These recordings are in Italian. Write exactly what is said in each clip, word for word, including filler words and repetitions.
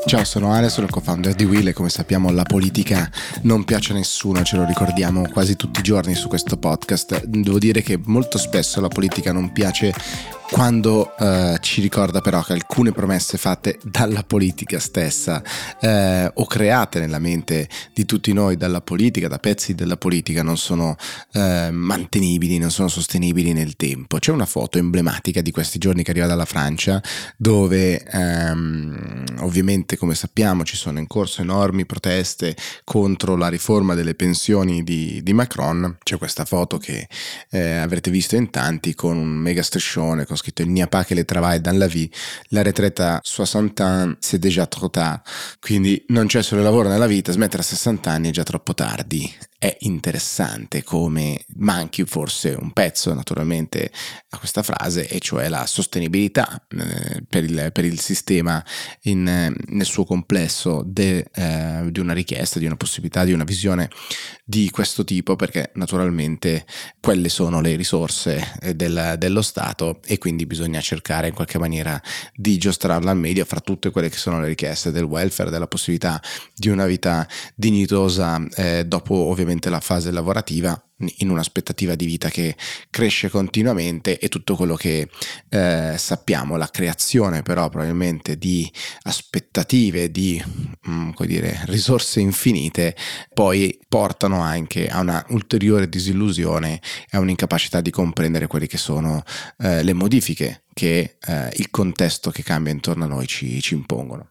Ciao, sono Ale, sono il co-founder di Will e come sappiamo la politica non piace a nessuno, ce lo ricordiamo quasi tutti i giorni su questo podcast. Devo dire che molto spesso la politica non piace quando eh, ci ricorda però che alcune promesse fatte dalla politica stessa eh, o create nella mente di tutti noi dalla politica, da pezzi della politica, non sono eh, mantenibili, non sono sostenibili nel tempo. C'è una foto emblematica di questi giorni che arriva dalla Francia dove ehm, ovviamente, come sappiamo, ci sono in corso enormi proteste contro la riforma delle pensioni di, di Macron. C'è questa foto che eh, avrete visto in tanti con un mega striscione con scritto il n'y a pas que le travail dans la vie, la retraite soixante ans c'est déjà trop tard, quindi non c'è solo lavoro nella vita, smettere a sessanta anni è già troppo tardi. È interessante come manchi forse un pezzo naturalmente a questa frase, e cioè la sostenibilità eh, per, il, per il sistema in, nel suo complesso de, eh, di una richiesta, di una possibilità, di una visione di questo tipo, perché naturalmente quelle sono le risorse del, dello Stato e quindi bisogna cercare in qualche maniera di giostrarla al meglio fra tutte quelle che sono le richieste del welfare, della possibilità di una vita dignitosa eh, dopo ovviamente la fase lavorativa, in un'aspettativa di vita che cresce continuamente, e tutto quello che eh, sappiamo, la creazione però probabilmente di aspettative, di mh, come dire, risorse infinite, poi portano anche a una ulteriore disillusione e a un'incapacità di comprendere quelle che sono eh, le modifiche che eh, il contesto che cambia intorno a noi ci, ci impongono.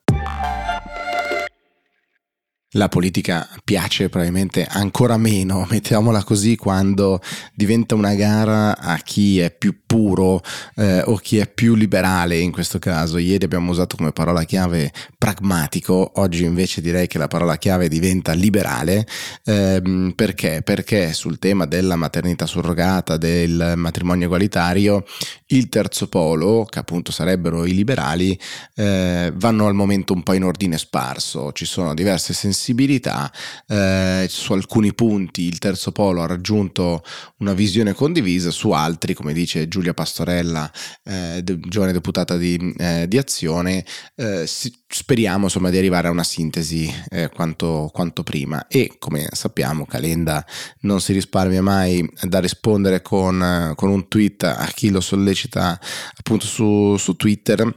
La politica piace probabilmente ancora meno, mettiamola così, quando diventa una gara a chi è più puro eh, o chi è più liberale. In questo caso ieri abbiamo usato come parola chiave pragmatico, oggi invece direi che la parola chiave diventa liberale. Ehm, perché? Perché sul tema della maternità surrogata, del matrimonio egualitario, il terzo polo, che appunto sarebbero i liberali, eh, vanno al momento un po' in ordine sparso. Ci sono diverse sensibilità sensibilità, eh, su alcuni punti il terzo polo ha raggiunto una visione condivisa, su altri, come dice Giulia Pastorella, eh, de- giovane deputata di, eh, di Azione, eh, si, speriamo insomma di arrivare a una sintesi eh, quanto, quanto prima. E come sappiamo Calenda non si risparmia mai da rispondere con, con un tweet a chi lo sollecita appunto su, su Twitter.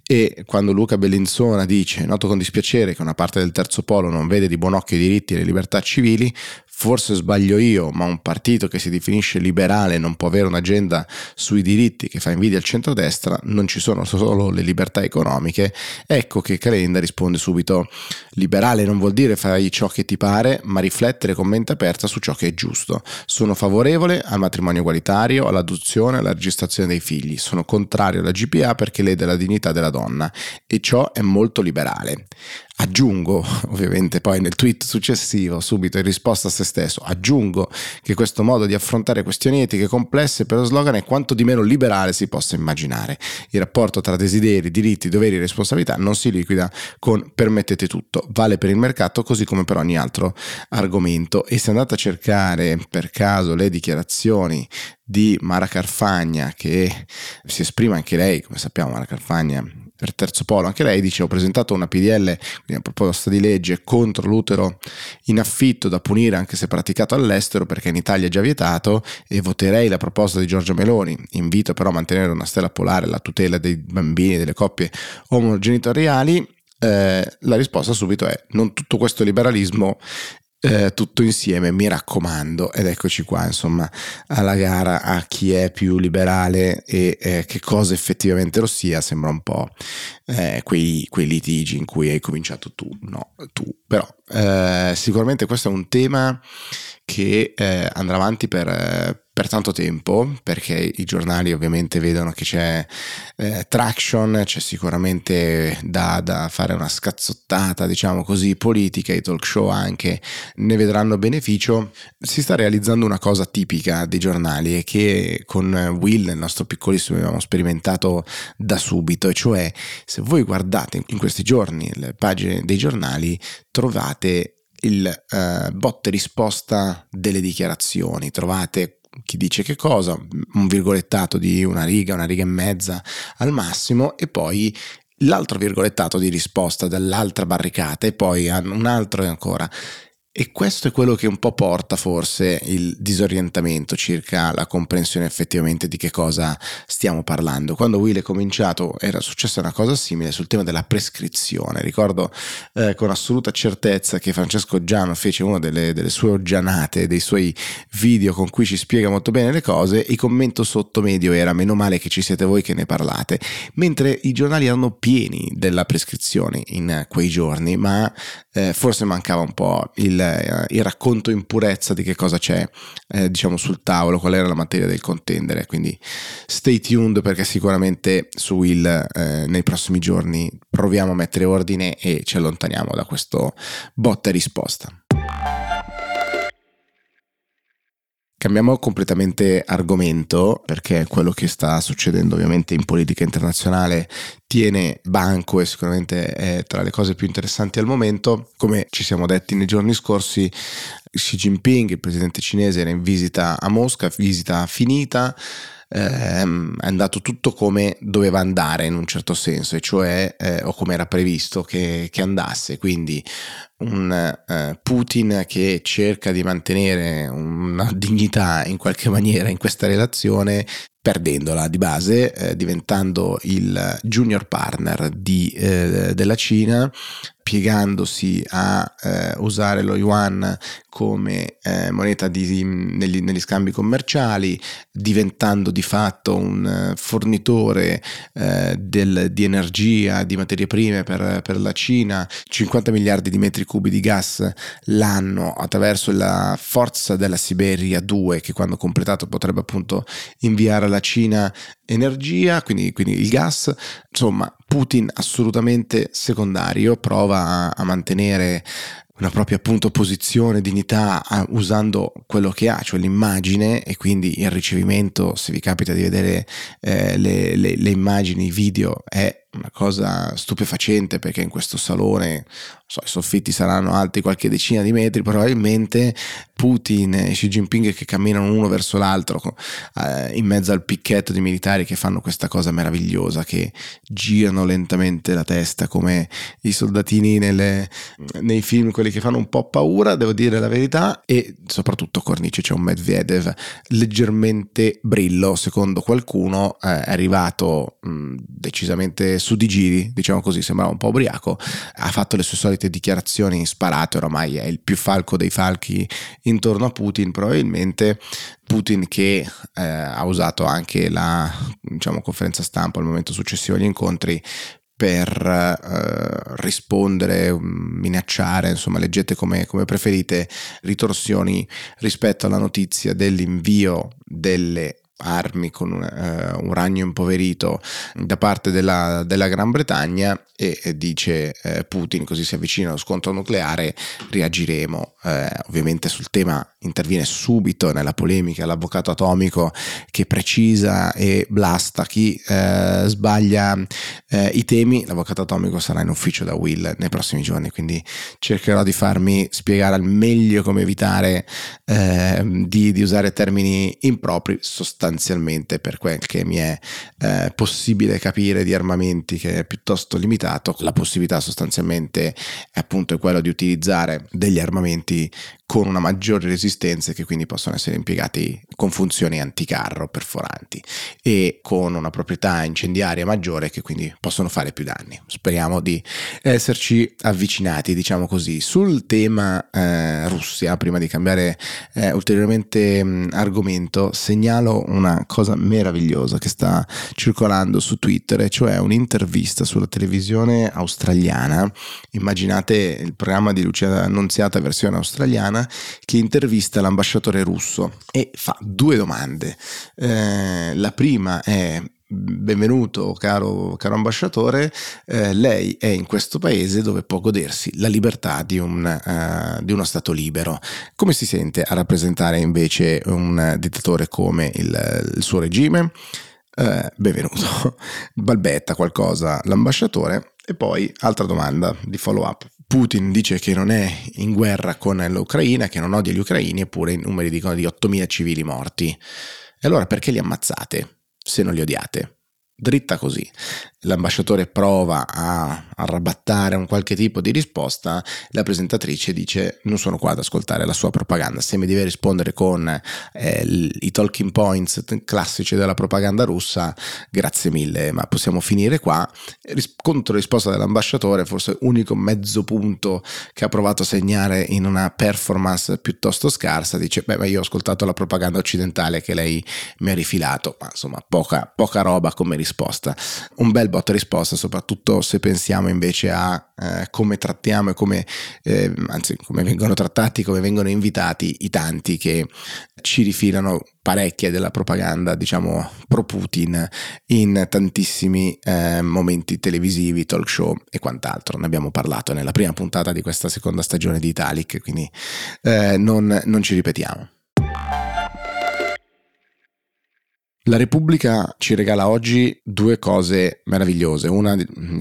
E quando Luca Bellinzona dice: noto con dispiacere che una parte del terzo polo non vede di buon occhio i diritti e le libertà civili, forse sbaglio io, ma un partito che si definisce liberale non può avere un'agenda sui diritti che fa invidia al centrodestra, non ci sono solo le libertà economiche. Ecco che Calenda risponde subito: liberale non vuol dire fai ciò che ti pare, ma riflettere con mente aperta su ciò che è giusto. Sono favorevole al matrimonio egualitario, all'adozione, alla registrazione dei figli. Sono contrario alla G P A perché lede la dignità della donna, e ciò è molto liberale. Aggiungo, ovviamente poi nel tweet successivo, subito in risposta a se stesso, aggiungo che questo modo di affrontare questioni etiche complesse per lo slogan è quanto di meno liberale si possa immaginare. Il rapporto tra desideri, diritti, doveri e responsabilità non si liquida con permettete tutto, vale per il mercato così come per ogni altro argomento. E se andate a cercare per caso le dichiarazioni di Mara Carfagna, che si esprime anche lei, come sappiamo Mara Carfagna per terzo polo, anche lei dice: ho presentato una P D L, quindi una proposta di legge contro l'utero in affitto da punire anche se praticato all'estero, perché in Italia è già vietato, e voterei la proposta di Giorgia Meloni. Invito però a mantenere una stella polare la tutela dei bambini e delle coppie omogenitoriali. Eh, la risposta subito è: non tutto questo liberalismo, Eh, tutto insieme, mi raccomando. Ed eccoci qua insomma alla gara a chi è più liberale e eh, che cosa effettivamente lo sia. Sembra un po' eh, quei, quei litigi in cui hai cominciato tu, no tu, però eh, sicuramente questo è un tema che eh, andrà avanti per, eh, per tanto tempo, perché i giornali ovviamente vedono che c'è eh, traction, c'è sicuramente da, da fare una scazzottata, diciamo così, politica, i talk show anche ne vedranno beneficio. Si sta realizzando una cosa tipica dei giornali e che con Will, il nostro piccolissimo, abbiamo sperimentato da subito, e cioè se voi guardate in questi giorni le pagine dei giornali trovate il eh, botte risposta delle dichiarazioni, trovate chi dice che cosa, un virgolettato di una riga, una riga e mezza al massimo, e poi l'altro virgolettato di risposta dall'altra barricata e poi un altro e ancora. E questo è quello che un po' porta forse il disorientamento circa la comprensione effettivamente di che cosa stiamo parlando. Quando Will è cominciato era successa una cosa simile sul tema della prescrizione. Ricordo eh, con assoluta certezza che Francesco Giano fece una delle, delle sue oggianate, dei suoi video con cui ci spiega molto bene le cose. Il commento sotto medio era: meno male che ci siete voi che ne parlate, mentre i giornali erano pieni della prescrizione in quei giorni, ma eh, forse mancava un po' il il racconto in purezza di che cosa c'è eh, diciamo sul tavolo, qual era la materia del contendere. Quindi stay tuned, perché sicuramente su Will eh, nei prossimi giorni proviamo a mettere ordine e ci allontaniamo da questo botta e risposta. Cambiamo completamente argomento, perché quello che sta succedendo ovviamente in politica internazionale tiene banco e sicuramente è tra le cose più interessanti al momento. Come ci siamo detti nei giorni scorsi, Xi Jinping, il presidente cinese, era in visita a Mosca, visita finita. Ehm, è andato tutto come doveva andare in un certo senso, e cioè eh, o come era previsto che, che andasse. Quindi un eh, Putin che cerca di mantenere una dignità in qualche maniera in questa relazione, perdendola di base, eh, diventando il junior partner di, eh, della Cina, piegandosi a eh, usare lo yuan come eh, moneta di, negli, negli scambi commerciali, diventando di fatto un fornitore eh, del, di energia, di materie prime per, per la Cina, cinquanta miliardi di metri cubi di gas l'anno attraverso la forza della Siberia due, che quando completato potrebbe appunto inviare alla Cina energia, quindi, quindi il gas. Insomma, Putin assolutamente secondario, prova a, a mantenere una propria appunto posizione, dignità, a, usando quello che ha, cioè l'immagine, e quindi il ricevimento, se vi capita di vedere eh, le, le, le immagini, i video, è una cosa stupefacente, perché in questo salone, so, i soffitti saranno alti qualche decina di metri probabilmente, Putin e Xi Jinping che camminano uno verso l'altro eh, in mezzo al picchetto di militari che fanno questa cosa meravigliosa, che girano lentamente la testa come i soldatini nelle, nei film, quelli che fanno un po' paura, devo dire la verità. E soprattutto cornice c'è un Medvedev leggermente brillo, secondo qualcuno, eh, è arrivato mh, decisamente su di giri, diciamo così, sembrava un po' ubriaco, ha fatto le sue solite dichiarazioni sparate, oramai è il più falco dei falchi intorno a Putin probabilmente. Putin che eh, ha usato anche la, diciamo, conferenza stampa al momento successivo agli incontri per eh, rispondere, minacciare, insomma leggete come, come preferite, ritorsioni rispetto alla notizia dell'invio delle armi con un, uh, un ragno impoverito da parte della, della Gran Bretagna, e, e dice eh, Putin: così si avvicina lo scontro nucleare, reagiremo. Eh, ovviamente sul tema interviene subito nella polemica l'avvocato atomico, che precisa e blasta chi eh, sbaglia eh, i temi. L'avvocato atomico sarà in ufficio da Will nei prossimi giorni, quindi cercherò di farmi spiegare al meglio come evitare eh, di, di usare termini impropri, sostanzialmente per quel che mi è eh, possibile capire di armamenti, che è piuttosto limitato. La possibilità sostanzialmente è appunto quella di utilizzare degli armamenti con una maggiore resistenza, che quindi possono essere impiegati con funzioni anticarro perforanti e con una proprietà incendiaria maggiore, che quindi possono fare più danni. Speriamo di esserci avvicinati, diciamo così. Sul tema eh, Russia, prima di cambiare eh, ulteriormente mh, argomento, segnalo una cosa meravigliosa che sta circolando su Twitter, e cioè un'intervista sulla televisione australiana. Immaginate il programma di Lucia Annunziata versione australiana, che intervista l'ambasciatore russo e fa due domande. Eh, la prima è: benvenuto caro, caro ambasciatore, eh, lei è in questo paese dove può godersi la libertà di, un, uh, di uno stato libero. Come si sente a rappresentare invece un dittatore come il, il suo regime? Eh, benvenuto. Balbetta qualcosa l'ambasciatore, e poi altra domanda di follow up. Putin dice che non è in guerra con l'Ucraina, che non odia gli ucraini, eppure i numeri dicono di ottomila civili morti. E allora perché li ammazzate se non li odiate? dritta così. L'ambasciatore prova a arrabattare un qualche tipo di risposta, la presentatrice dice: non sono qua ad ascoltare la sua propaganda, se mi deve rispondere con eh, i talking points classici della propaganda russa, grazie mille, ma possiamo finire qua. Contro risposta dell'ambasciatore, forse unico mezzo punto che ha provato a segnare in una performance piuttosto scarsa, dice: beh, ma io ho ascoltato la propaganda occidentale che lei mi ha rifilato, ma insomma poca, poca roba come risposta. Un bel botto risposta, soprattutto se pensiamo invece a eh, come trattiamo e come eh, anzi come vengono trattati, come vengono invitati i tanti che ci rifilano parecchie della propaganda, diciamo, pro Putin in tantissimi eh, momenti televisivi, talk show e quant'altro. Ne abbiamo parlato nella prima puntata di questa seconda stagione di Italic, quindi eh, non, non ci ripetiamo. La Repubblica ci regala oggi due cose meravigliose, una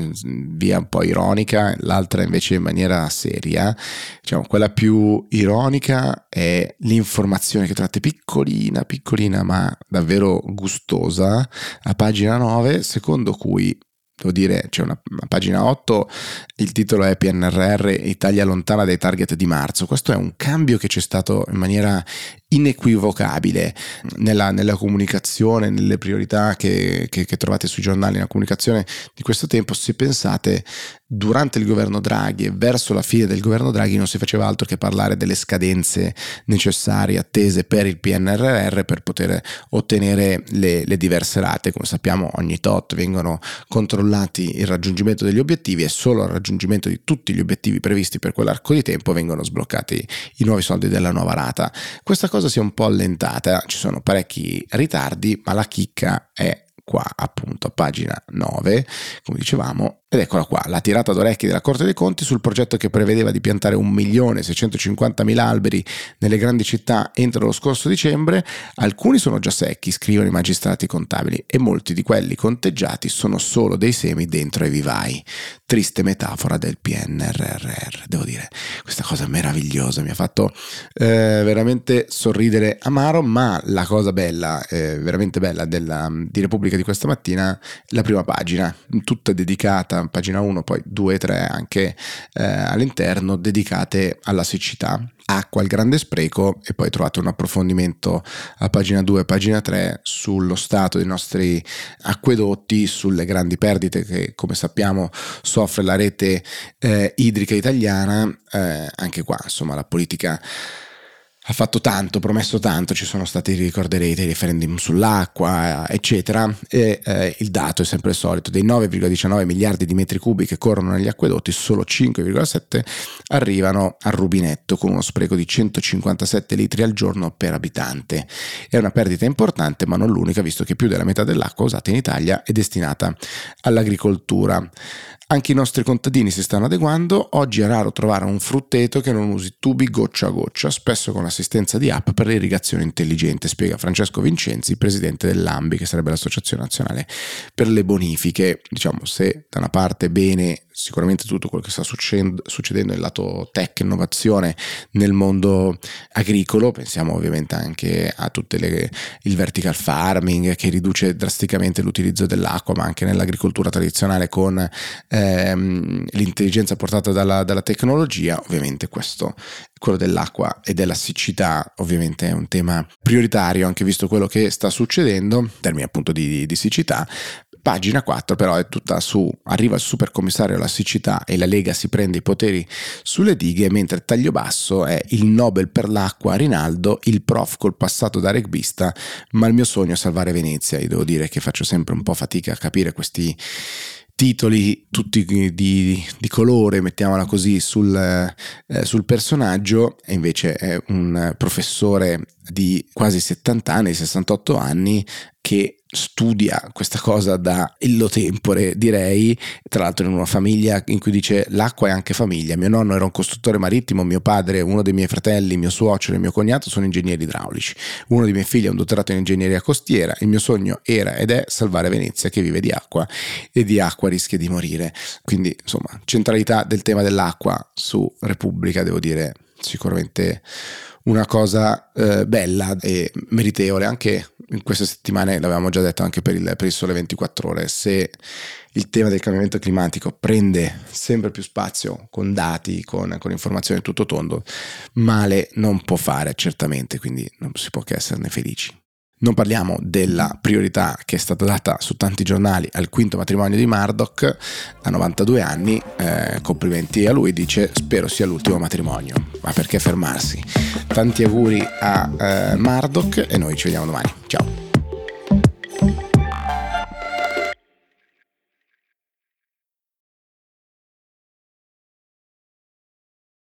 via un po' ironica, l'altra invece in maniera seria. Diciamo, quella più ironica è l'informazione che tratti piccolina, piccolina ma davvero gustosa, a pagina nove, secondo cui, devo dire, c'è una, una pagina otto, il titolo è P N R R, Italia lontana dai target di marzo. Questo è un cambio che c'è stato in maniera inequivocabile nella, nella comunicazione, nelle priorità che, che, che trovate sui giornali, nella comunicazione di questo tempo. Se pensate, durante il governo Draghi e verso la fine del governo Draghi non si faceva altro che parlare delle scadenze necessarie, attese per il P N R R per poter ottenere le, le diverse rate. Come sappiamo, ogni tot vengono controllati il raggiungimento degli obiettivi e solo al raggiungimento di tutti gli obiettivi previsti per quell'arco di tempo vengono sbloccati i nuovi soldi della nuova rata. Questa cosa si è un po' allentata, ci sono parecchi ritardi, ma la chicca è qua appunto a pagina nove, come dicevamo, ed eccola qua, la tirata d'orecchi della Corte dei Conti sul progetto che prevedeva di piantare un milione seicentocinquantamila alberi nelle grandi città entro lo scorso dicembre. Alcuni sono già secchi, scrivono i magistrati contabili, e molti di quelli conteggiati sono solo dei semi dentro ai vivai. Triste metafora del P N R R, devo dire, questa cosa meravigliosa mi ha fatto eh, veramente sorridere amaro. Ma la cosa bella, eh, veramente bella della, di Repubblica di questa mattina, la prima pagina, tutta dedicata, pagina uno, poi due e tre anche eh, all'interno, dedicate alla siccità, acqua, il grande spreco, e poi trovate un approfondimento a pagina due e pagina tre sullo stato dei nostri acquedotti, sulle grandi perdite che, come sappiamo, soffre la rete eh, idrica italiana. Eh, anche qua, insomma, la politica ha fatto tanto, promesso tanto, ci sono stati, ricorderete, i referendum sull'acqua, eccetera, e eh, il dato è sempre il solito: dei nove virgola diciannove miliardi di metri cubi che corrono negli acquedotti, solo cinque virgola sette arrivano al rubinetto, con uno spreco di centocinquantasette litri al giorno per abitante. È una perdita importante, ma non l'unica, visto che più della metà dell'acqua usata in Italia è destinata all'agricoltura. Anche i nostri contadini si stanno adeguando. Oggi è raro trovare un frutteto che non usi tubi goccia a goccia, spesso con l'assistenza di app per l'irrigazione intelligente, spiega Francesco Vincenzi, presidente dell'A M B I, che sarebbe l'Associazione Nazionale per le Bonifiche. Diciamo, se da una parte bene sicuramente tutto quello che sta succedendo, succedendo nel lato tech, innovazione nel mondo agricolo, pensiamo ovviamente anche a tutte le il vertical farming che riduce drasticamente l'utilizzo dell'acqua, ma anche nell'agricoltura tradizionale con ehm, l'intelligenza portata dalla, dalla tecnologia. Ovviamente questo, quello dell'acqua e della siccità, ovviamente è un tema prioritario, anche visto quello che sta succedendo in termini appunto di, di siccità. Pagina quattro però è tutta su: arriva il supercommissario alla siccità e la Lega si prende i poteri sulle dighe, mentre taglio basso è il Nobel per l'acqua a Rinaldo, il prof col passato da rugbista, ma il mio sogno è salvare Venezia. Io devo dire che faccio sempre un po' fatica a capire questi titoli tutti di, di colore, mettiamola così, sul, eh, sul personaggio, e invece è un professore di quasi settanta anni, sessantotto anni, che studia questa cosa da illo tempore, direi, tra l'altro in una famiglia in cui dice: l'acqua è anche famiglia, mio nonno era un costruttore marittimo, mio padre, uno dei miei fratelli, mio suocero e mio cognato sono ingegneri idraulici, uno dei miei figli ha un dottorato in ingegneria costiera, il mio sogno era ed è salvare Venezia che vive di acqua e di acqua rischia di morire. Quindi insomma, centralità del tema dell'acqua su Repubblica, devo dire sicuramente una cosa eh, bella e meritevole. Anche in queste settimane, l'avevamo già detto anche per il, per il Sole ventiquattro Ore, se il tema del cambiamento climatico prende sempre più spazio con dati, con, con informazioni tutto tondo, male non può fare certamente, quindi non si può che esserne felici. Non parliamo della priorità che è stata data su tanti giornali al quinto matrimonio di Murdoch a novantadue anni, eh, complimenti a lui, dice spero sia l'ultimo matrimonio, ma perché fermarsi? Tanti auguri a eh, Murdoch e noi ci vediamo domani, ciao!